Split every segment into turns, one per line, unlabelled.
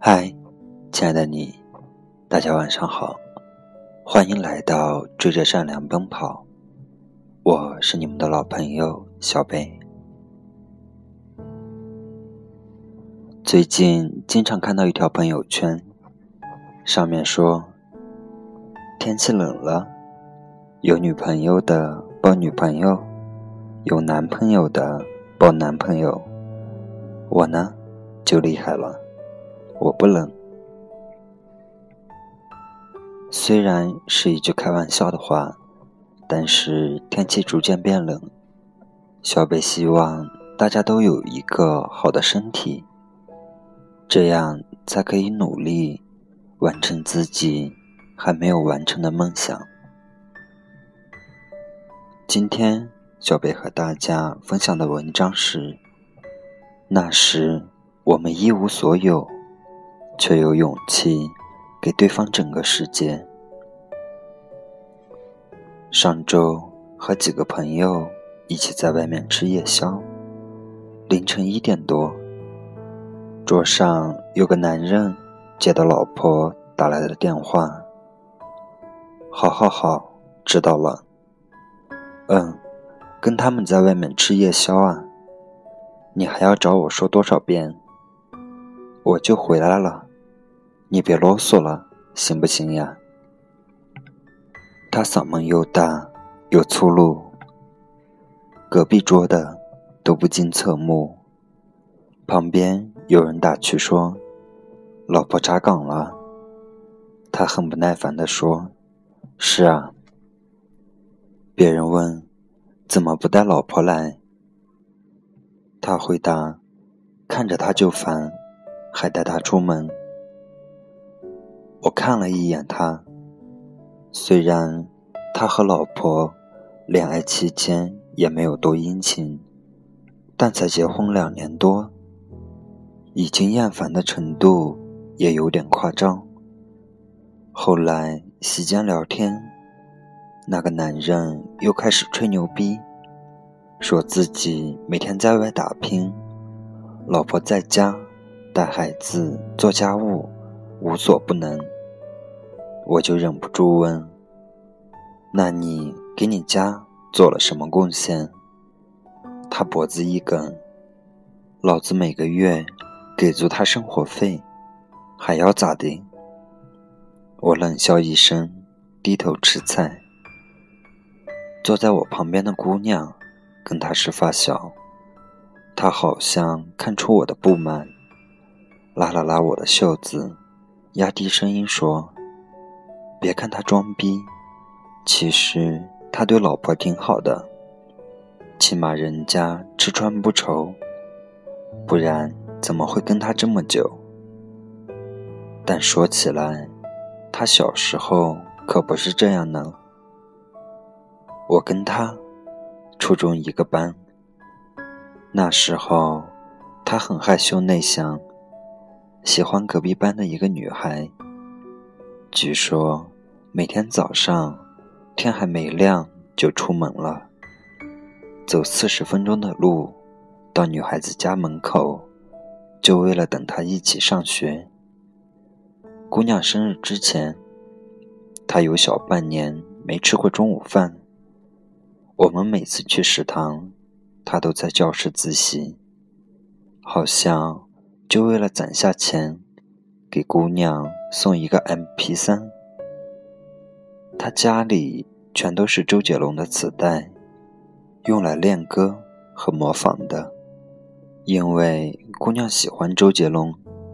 嗨，亲爱的你，大家晚上好，欢迎来到追着善良奔跑，我是你们的老朋友小贝。最近经常看到一条朋友圈，上面说天气冷了，有女朋友的抱女朋友，有男朋友的抱男朋友。我呢就厉害了，我不冷。虽然是一句开玩笑的话，但是天气逐渐变冷，小贝希望大家都有一个好的身体，这样才可以努力完成自己还没有完成的梦想。今天小贝和大家分享的文章是：那时我们一无所有，却有勇气给对方整个世界。上周和几个朋友一起在外面吃夜宵，凌晨1点多，桌上有个男人接到老婆打来的电话。好，知道了。跟他们在外面吃夜宵啊？你还要找我说多少遍？我就回来了，你别啰嗦了，行不行呀？他嗓门又大又粗鲁，隔壁桌的都不禁侧目。旁边有人打趣说，老婆扎岗了。他很不耐烦地说，是啊。别人问，怎么不带老婆来？他回答，看着他就烦，还带他出门。我看了一眼他，虽然他和老婆恋爱期间也没有多殷勤，但才结婚2年多，已经厌烦的程度也有点夸张。后来席间聊天，那个男人又开始吹牛逼，说自己每天在外打拼，老婆在家带孩子做家务无所不能。我就忍不住问，那你给你家做了什么贡献？他脖子一梗，老子每个月给足他生活费，还要咋的？我冷笑一声，低头吃菜。坐在我旁边的姑娘跟他是发小，她好像看出我的不满，拉了拉我的袖子，压低声音说，别看他装逼，其实他对老婆挺好的，起码人家吃穿不愁，不然怎么会跟他这么久？但说起来，他小时候可不是这样呢。我跟他初中一个班，那时候他很害羞内向，喜欢隔壁班的一个女孩。据说每天早上天还没亮就出门了，走40分钟的路到女孩子家门口，就为了等她一起上学。姑娘生日之前，她有小半年没吃过中午饭，我们每次去食堂，她都在教室自习，好像就为了攒下钱给姑娘送一个 MP3。 她家里全都是周杰伦的磁带，用来练歌和模仿的，因为姑娘喜欢周杰伦。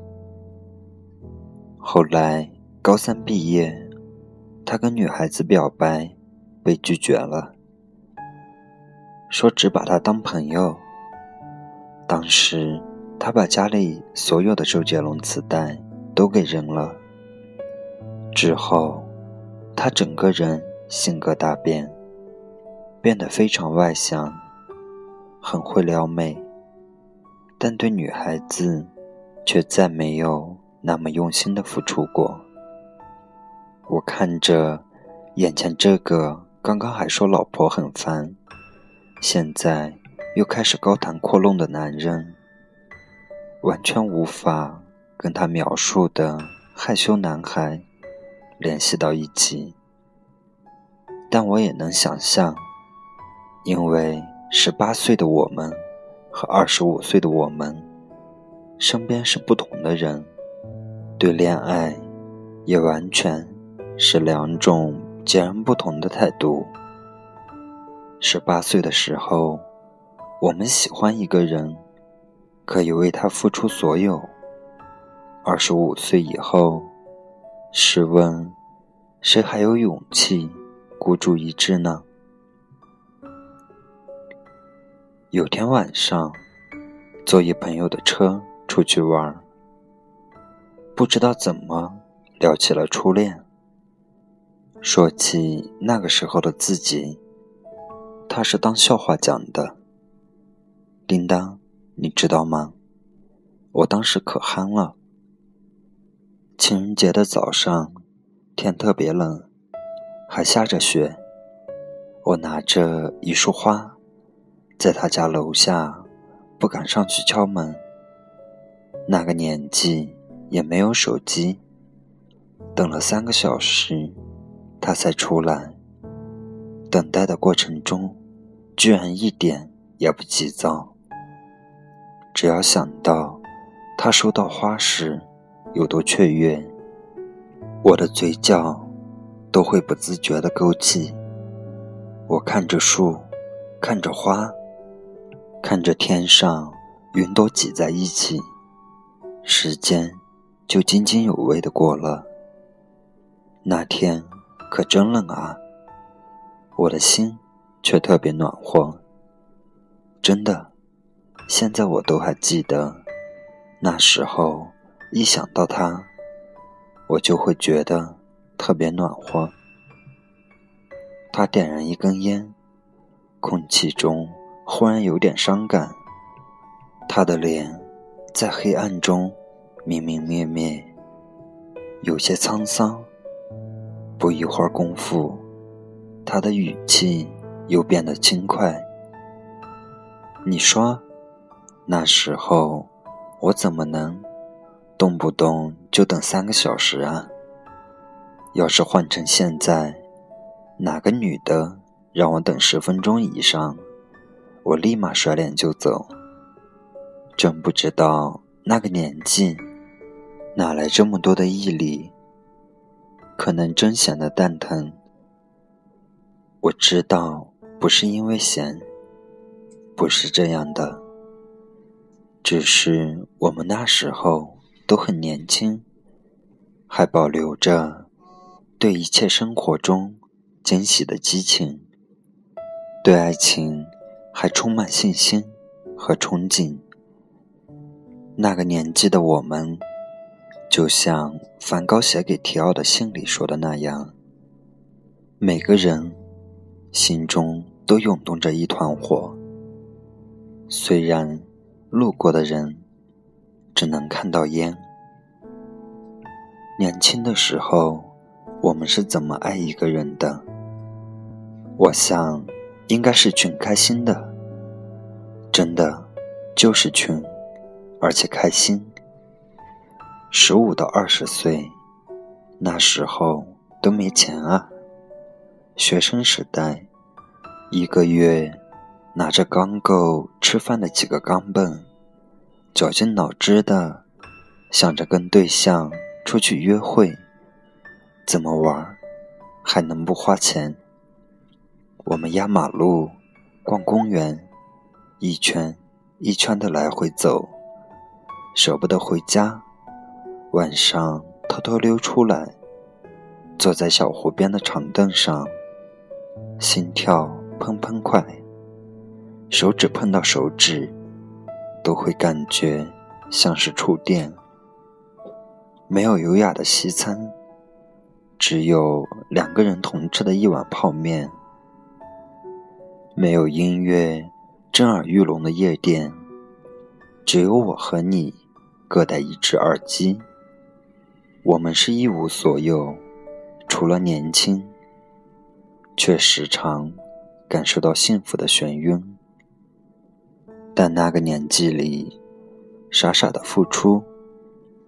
后来高3毕业，她跟女孩子表白被拒绝了，说只把她当朋友。当时她把家里所有的周杰伦磁带都给扔了。之后她整个人性格大变，变得非常外向，很会撩妹，但对女孩子却再没有那么用心的付出过。我看着眼前这个刚刚还说老婆很烦，现在又开始高谈阔论的男人，完全无法跟他描述的害羞男孩联系到一起，但我也能想象，因为18岁的我们和25岁的我们身边是不同的人，对恋爱也完全是两种截然不同的态度。18岁的时候，我们喜欢一个人，可以为他付出所有。25岁以后，试问谁还有勇气孤注一掷呢？有天晚上，坐一朋友的车出去玩，不知道怎么聊起了初恋。说起那个时候的自己，他是当笑话讲的。叮当，你知道吗？我当时可憨了。情人节的早上，天特别冷，还下着雪。我拿着一束花，在他家楼下，不敢上去敲门。那个年纪也没有手机，等了3个小时，他才出来。等待的过程中，居然一点也不急躁。只要想到他收到花时有多雀跃，我的嘴角都会不自觉地勾起。我看着树，看着花，看着天上云朵挤在一起，时间就津津有味地过了。那天可真冷啊，我的心却特别暖和。真的，现在我都还记得，那时候一想到他，我就会觉得特别暖和。他点燃一根烟，空气中忽然有点伤感。他的脸在黑暗中明明灭灭，有些沧桑。不一会儿功夫，他的语气又变得轻快。你说，那时候我怎么能动不动就等3个小时啊？要是换成现在，哪个女的让我等10分钟以上，我立马甩脸就走。真不知道那个年纪哪来这么多的毅力，可能真闲得蛋疼。我知道不是因为闲，不是这样的，只是我们那时候都很年轻，还保留着对一切生活中惊喜的激情，对爱情还充满信心和憧憬。那个年纪的我们，就像梵高写给提奥的信里说的那样，每个人心中都涌动着一团火，虽然路过的人只能看到烟。年轻的时候，我们是怎么爱一个人的？我想应该是群开心的，真的就是群，而且开心。15到20岁，那时候都没钱啊。学生时代，一个月拿着刚够吃饭的几个钢镚，绞尽脑汁的想着跟对象出去约会，怎么玩还能不花钱。我们压马路，逛公园，一圈一圈的来回走，舍不得回家，晚上偷偷溜出来，坐在小湖边的长凳上，心跳砰砰快，手指碰到手指都会感觉像是触电。没有优雅的西餐，只有2个人同吃的一碗泡面。没有音乐震耳欲聋的夜店，只有我和你各带一只耳机。我们是一无所有，除了年轻，却时常感受到幸福的眩晕。但那个年纪里，傻傻的付出，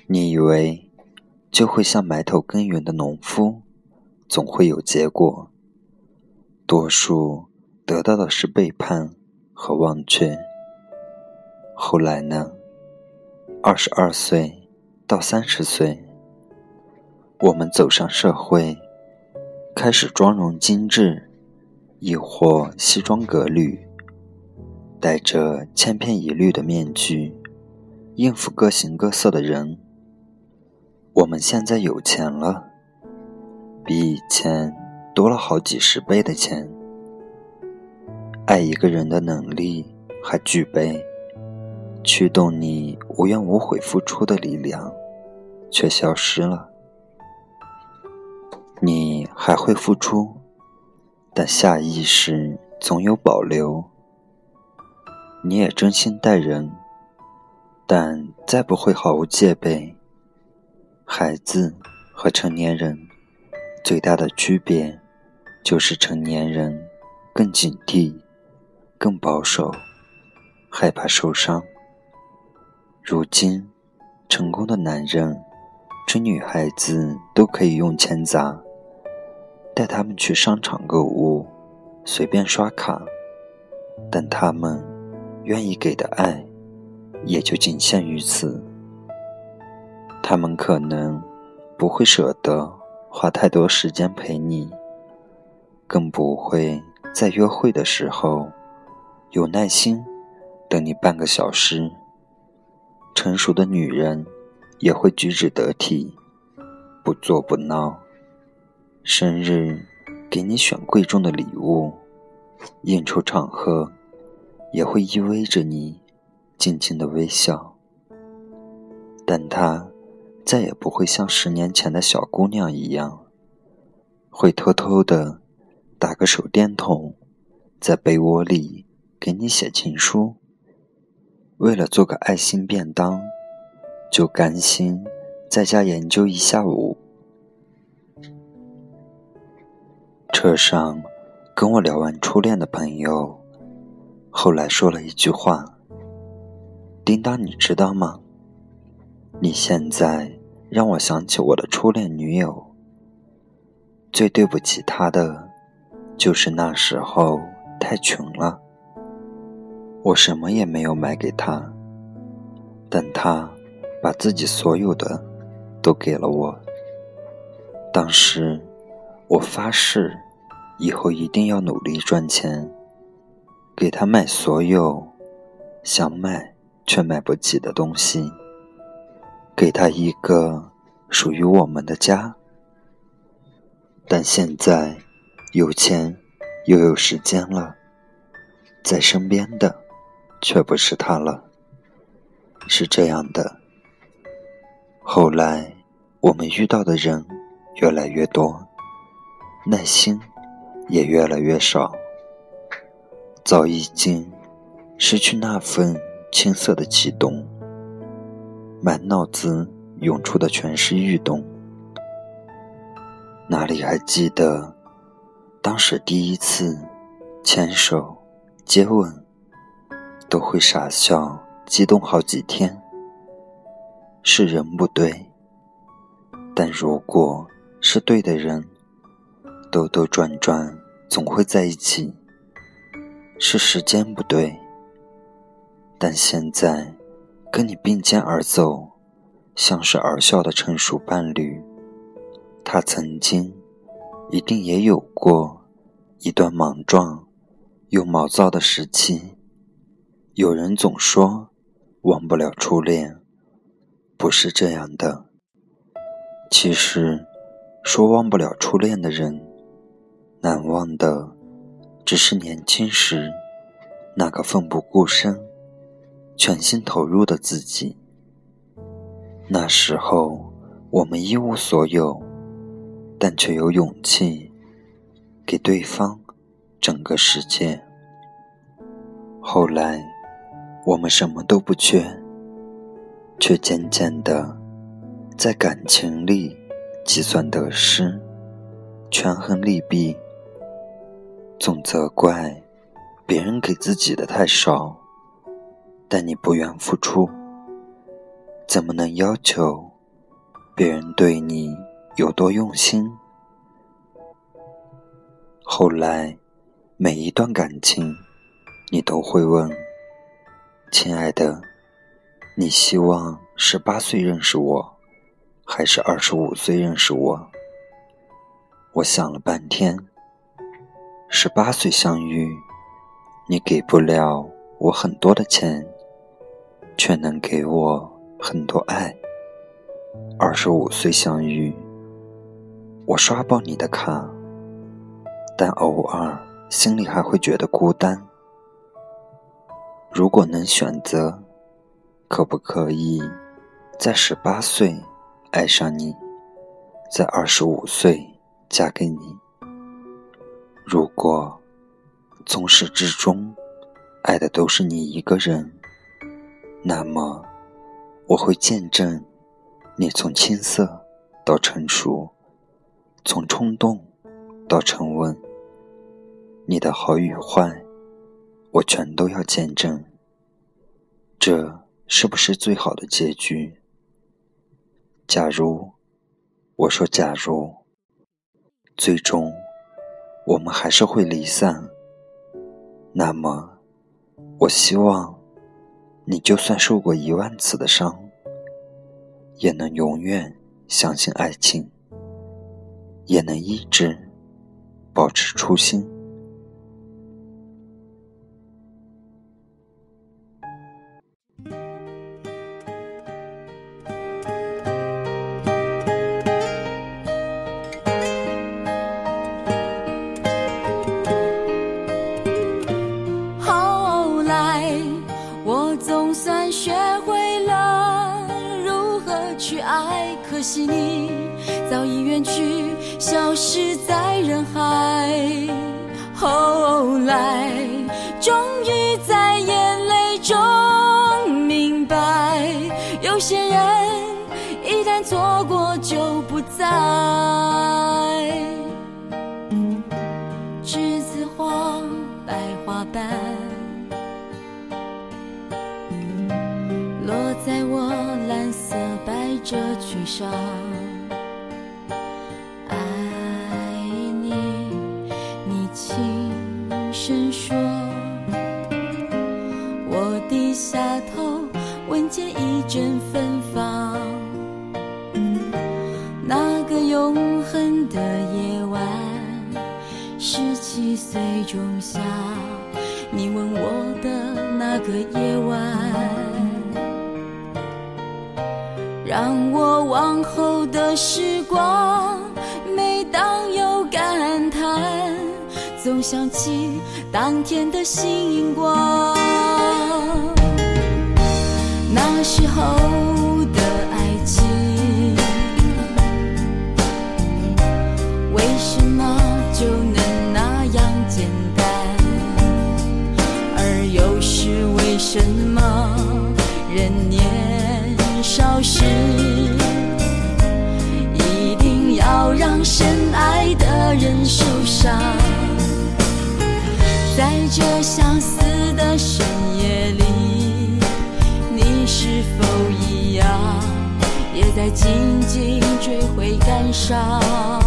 你以为就会像埋头耕耘的农夫，总会有结果，多数得到的是背叛和忘却。后来呢，22岁到30岁，我们走上社会，开始妆容精致，亦或西装革履，戴着千篇一律的面具，应付各形各色的人。我们现在有钱了，比以前多了好几十倍的钱，爱一个人的能力还具备，驱动你无怨无悔付出的力量却消失了。你还会付出，但下意识总有保留。你也真心待人，但再不会毫无戒备。孩子和成年人最大的区别，就是成年人更警惕，更保守，害怕受伤。如今，成功的男人追女孩子都可以用钱砸，带他们去商场购物，随便刷卡，但他们愿意给的爱也就仅限于此。他们可能不会舍得花太多时间陪你，更不会在约会的时候有耐心等你半个小时。成熟的女人也会举止得体，不作不闹。生日给你选贵重的礼物，应酬场合也会依偎着你静静的微笑。但她再也不会像10年前的小姑娘一样，会偷偷的打个手电筒，在被窝里给你写情书。为了做个爱心便当，就甘心在家研究一下午。车上跟我聊完初恋的朋友，后来说了一句话：叮当，你知道吗？你现在让我想起我的初恋女友，最对不起她的就是那时候太穷了，我什么也没有买给她，但她把自己所有的都给了我。当时我发誓以后一定要努力赚钱，给她买所有想买却买不起的东西，给她一个属于我们的家。但现在有钱又有时间了，在身边的却不是她了。是这样的，后来我们遇到的人越来越多，耐心也越来越少，早已经失去那份青涩的悸动，满脑子涌出的全是欲动。哪里还记得当时第一次牵手接吻，都会傻笑激动好几天。是人不对，但如果是对的人，兜兜转转总会在一起。是时间不对，但现在跟你并肩而走，像是儿孝的成熟伴侣。他曾经一定也有过一段莽撞又毛躁的时期。有人总说忘不了初恋，不是这样的。其实说忘不了初恋的人，难忘的只是年轻时那个奋不顾身全心投入的自己。那时候我们一无所有，但却有勇气给对方整个世界。后来我们什么都不缺，却渐渐地在感情里计算得失，权衡利弊，总责怪别人给自己的太少，但你不愿付出，怎么能要求别人对你有多用心。后来每一段感情你都会问，亲爱的，你希望18岁认识我，还是25岁认识我？我想了半天，18岁相遇，你给不了我很多的钱，却能给我很多爱。25岁相遇，我刷爆你的卡，但偶尔心里还会觉得孤单。如果能选择，可不可以在18岁爱上你，在25岁嫁给你？如果从始至终爱的都是你一个人，那么我会见证你从青涩到成熟，从冲动到沉稳，你的好与坏我全都要见证。这是不是最好的结局？假如，我说假如，最终我们还是会离散，那么我希望你就算受过10000次的伤，也能永远相信爱情，也能一直保持初心。
总算学会了如何去爱，可惜你早已远去，消失在人海。后来终于在眼泪中明白，有些人一旦错过就不再。栀子花白花瓣落在我蓝色百褶裙上，爱你，你轻声说。我低下头，闻见一阵芬芳。那个永恒的夜晚，17岁仲夏，你吻我的那个夜晚，让我往后的时光，每当有感叹，总想起当天的星光。那时候的爱情，为什么就能那样简单？而又是为什么人年少时一定要让深爱的人受伤？在这相似的深夜里，你是否一样也在静静追悔感伤？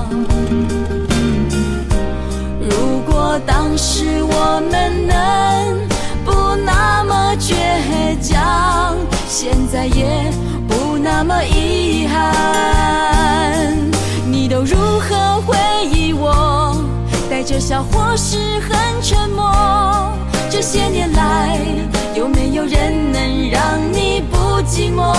如果当时我们能不那么倔强，现在也不那么遗憾。你都如何回忆我？带着笑或是很沉默。这些年来，有没有人能让你不寂寞？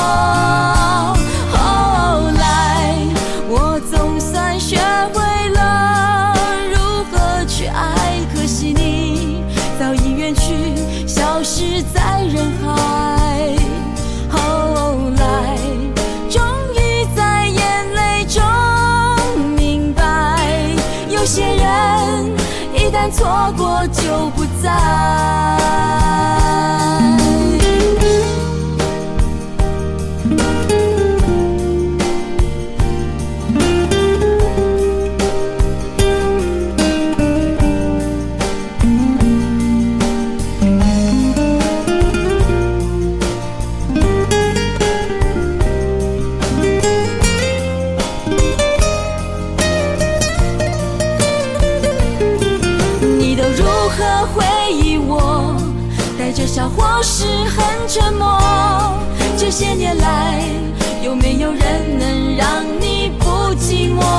后来，我总算学会了如何去爱，可惜你早已远去，消失在人海。后来终于在眼泪中明白，有些人一旦错过就不再。 带着笑或是很沉默。这些年来，有没有人能让你不寂寞？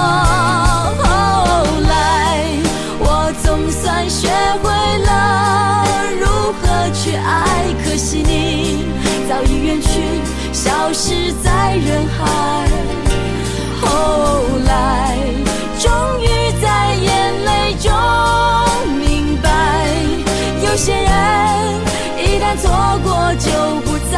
后来我总算学会了如何去爱，可惜你早已远去，消失在人海。后来终于在眼泪中明白，有些人一旦错过就不在。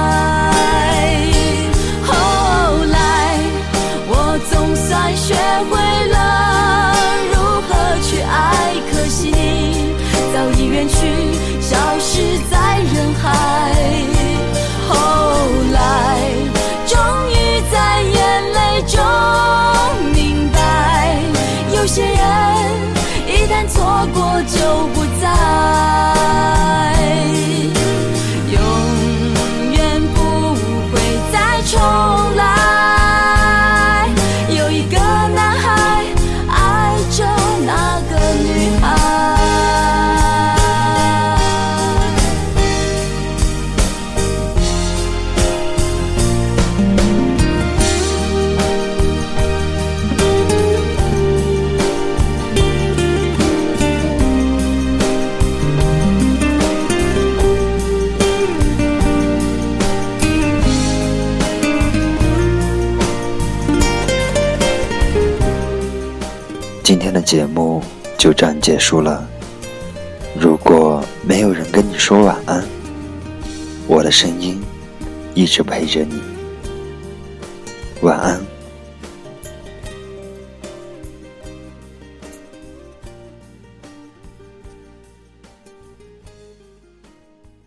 后来我总算学会了如何去爱，可惜你早已远去，消失在人海。后来终于在眼泪中明白，有些人一旦错过就不在，永远不会再重来。有一个男孩爱着那个女孩。
今天的节目就这样结束了。如果没有人跟你说晚安，我的声音一直陪着你。晚安。